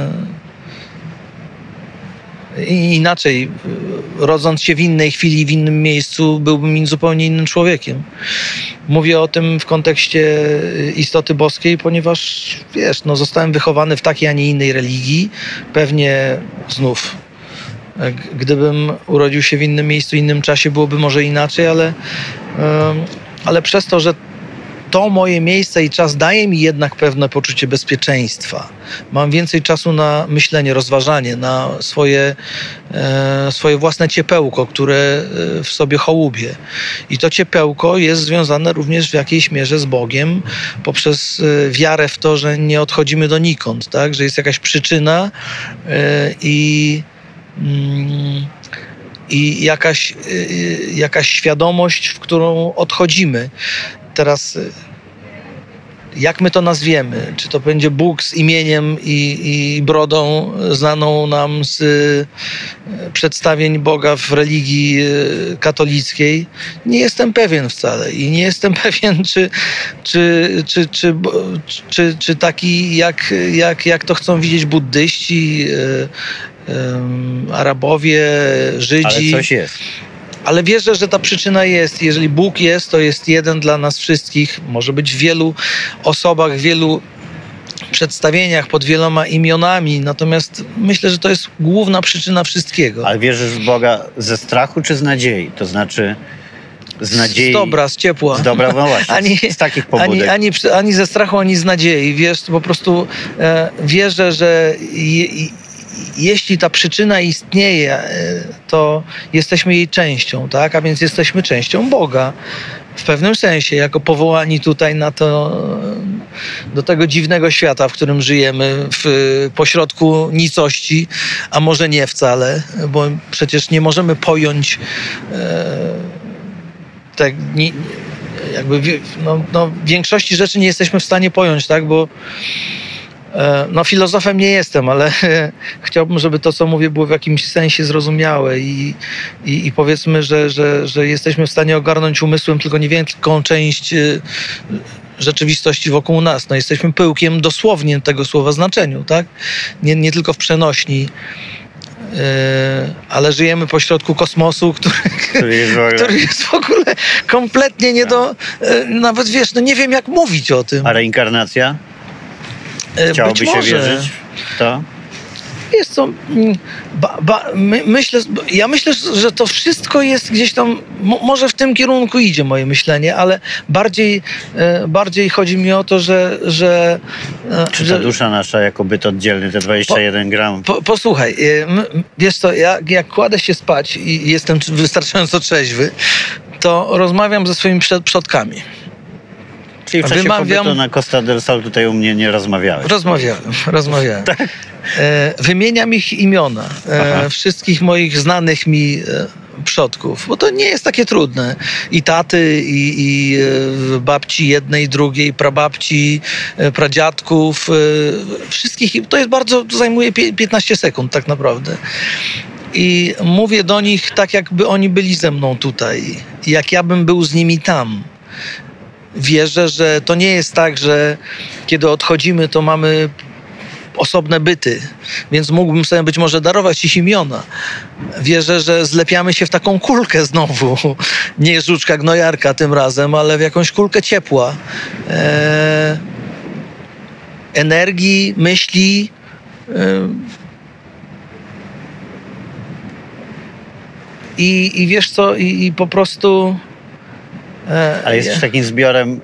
Inaczej, rodząc się w innej chwili, w innym miejscu, byłbym zupełnie innym człowiekiem. Mówię o tym w kontekście istoty boskiej, ponieważ, wiesz, zostałem wychowany w takiej, a nie innej religii. Pewnie znów, gdybym urodził się w innym miejscu, innym czasie, byłoby może inaczej, ale przez to, że to moje miejsce i czas daje mi jednak pewne poczucie bezpieczeństwa. Mam więcej czasu na myślenie, rozważanie, na swoje własne ciepełko, które w sobie hołubię. I to ciepełko jest związane również w jakiejś mierze z Bogiem poprzez wiarę w to, że nie odchodzimy donikąd, tak? Że jest jakaś przyczyna i jakaś świadomość, w którą odchodzimy. Teraz jak my to nazwiemy? Czy to będzie Bóg z imieniem i brodą znaną nam z przedstawień Boga w religii katolickiej? Nie jestem pewien wcale i nie jestem pewien, czy taki jak to chcą widzieć buddyści, Arabowie, Żydzi. Ale coś jest. Ale wierzę, że ta przyczyna jest. Jeżeli Bóg jest, to jest jeden dla nas wszystkich. Może być w wielu osobach, w wielu przedstawieniach, pod wieloma imionami. Natomiast myślę, że to jest główna przyczyna wszystkiego. Ale wierzysz w Boga ze strachu czy z nadziei? To znaczy... z nadziei. Z dobra, z ciepła. Z dobra, no właśnie, z takich pobudek. Ani ze strachu, ani z nadziei. Wiesz, po prostu wierzę, że jeśli ta przyczyna istnieje, to jesteśmy jej częścią, tak? A więc jesteśmy częścią Boga. W pewnym sensie, jako powołani tutaj na to, do tego dziwnego świata, w którym żyjemy, w pośrodku nicości, a może nie wcale, bo przecież nie możemy pojąć większości rzeczy nie jesteśmy w stanie pojąć, tak? Bo filozofem nie jestem, ale chciałbym, żeby to, co mówię, było w jakimś sensie zrozumiałe i powiedzmy, że jesteśmy w stanie ogarnąć umysłem tylko niewielką część rzeczywistości wokół nas. No, jesteśmy pyłkiem dosłownie tego słowa znaczeniu, tak? Nie tylko w przenośni, ale żyjemy pośrodku kosmosu, który jest w ogóle kompletnie nie do... Nawet wiesz, nie wiem, jak mówić o tym. A reinkarnacja? Chciałoby się wierzyć w to? Wiesz co, ja myślę, że to wszystko jest gdzieś tam, może w tym kierunku idzie moje myślenie, ale bardziej chodzi mi o to, że Czy ta dusza nasza jako byt oddzielny, te 21 gram? Posłuchaj, wiesz co, jak kładę się spać i jestem wystarczająco trzeźwy, to rozmawiam ze swoimi przodkami. Czyli w czasie pobytu na Costa del Sol tutaj u mnie nie rozmawiałeś? Rozmawiałem. Tak. Wymieniam ich imiona, wszystkich moich znanych mi przodków, bo to nie jest takie trudne. I taty, i babci jednej, drugiej, prababci, pradziadków, wszystkich. To zajmuje 15 sekund tak naprawdę. I mówię do nich tak, jakby oni byli ze mną tutaj, jak ja bym był z nimi tam. Wierzę, że to nie jest tak, że kiedy odchodzimy, to mamy osobne byty, więc mógłbym sobie być może darować ich imiona. Wierzę, że zlepiamy się w taką kulkę znowu. Nie żuczka gnojarka tym razem, ale w jakąś kulkę ciepła. Energii, myśli. I wiesz co, i po prostu... Ale jesteś takim zbiorem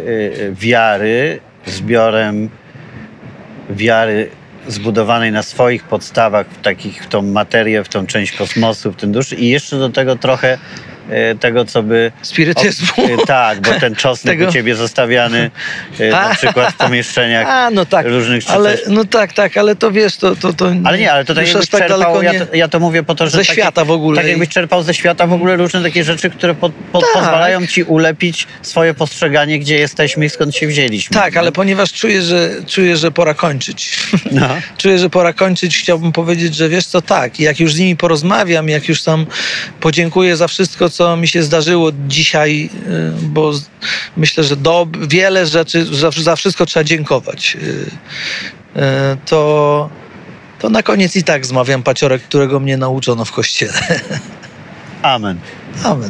wiary zbudowanej na swoich podstawach, w tą materię, w tą część kosmosu, w ten dusz i jeszcze do tego trochę tego, co by... Spirytyzmu. Tak, bo ten czosnek u ciebie zostawiany na przykład w pomieszczeniach różnych... ale to wiesz, to ale nie, ale to tak jakbyś czerpał, ja to mówię po to, że... Ze świata w ogóle. Tak jakbyś czerpał ze świata w ogóle różne takie rzeczy, które pozwalają ci ulepić swoje postrzeganie, gdzie jesteśmy i skąd się wzięliśmy. Tak, ale ponieważ czuję, że pora kończyć. No. Czuję, że pora kończyć, chciałbym powiedzieć, że wiesz co, tak, jak już z nimi porozmawiam, jak już tam podziękuję za wszystko, co mi się zdarzyło dzisiaj, bo myślę, że wiele rzeczy, za wszystko trzeba dziękować. To na koniec i tak zmawiam paciorek, którego mnie nauczono w kościele. Amen. Amen.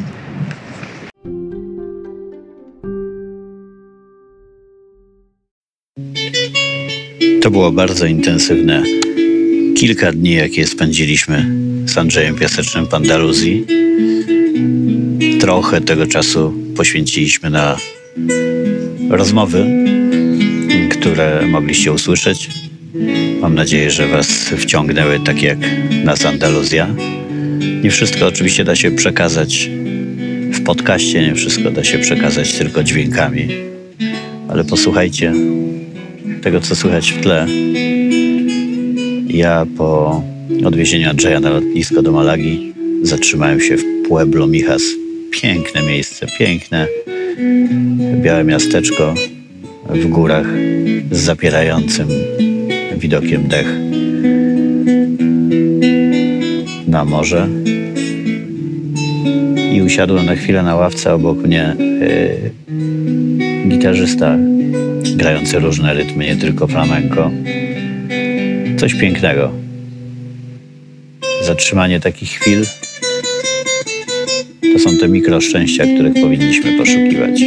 To było bardzo intensywne kilka dni, jakie spędziliśmy z Andrzejem Piasecznym w Andaluzji. Trochę tego czasu poświęciliśmy na rozmowy, które mogliście usłyszeć. Mam nadzieję, że was wciągnęły tak jak nas Andaluzja. Nie wszystko oczywiście da się przekazać w podcaście, nie wszystko da się przekazać tylko dźwiękami, ale posłuchajcie tego, co słychać w tle. Ja po odwiezieniu Andrzeja na lotnisko do Malagi zatrzymałem się w Pueblo Mijas. Piękne miejsce, piękne, białe miasteczko w górach z zapierającym widokiem dech na morze. I usiadłem na chwilę na ławce obok mnie gitarzysta grający różne rytmy, nie tylko flamenco. Coś pięknego. Zatrzymanie takich chwil to są te mikroszczęścia, których powinniśmy poszukiwać.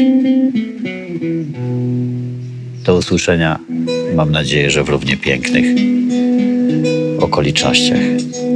Do usłyszenia, mam nadzieję, że w równie pięknych okolicznościach.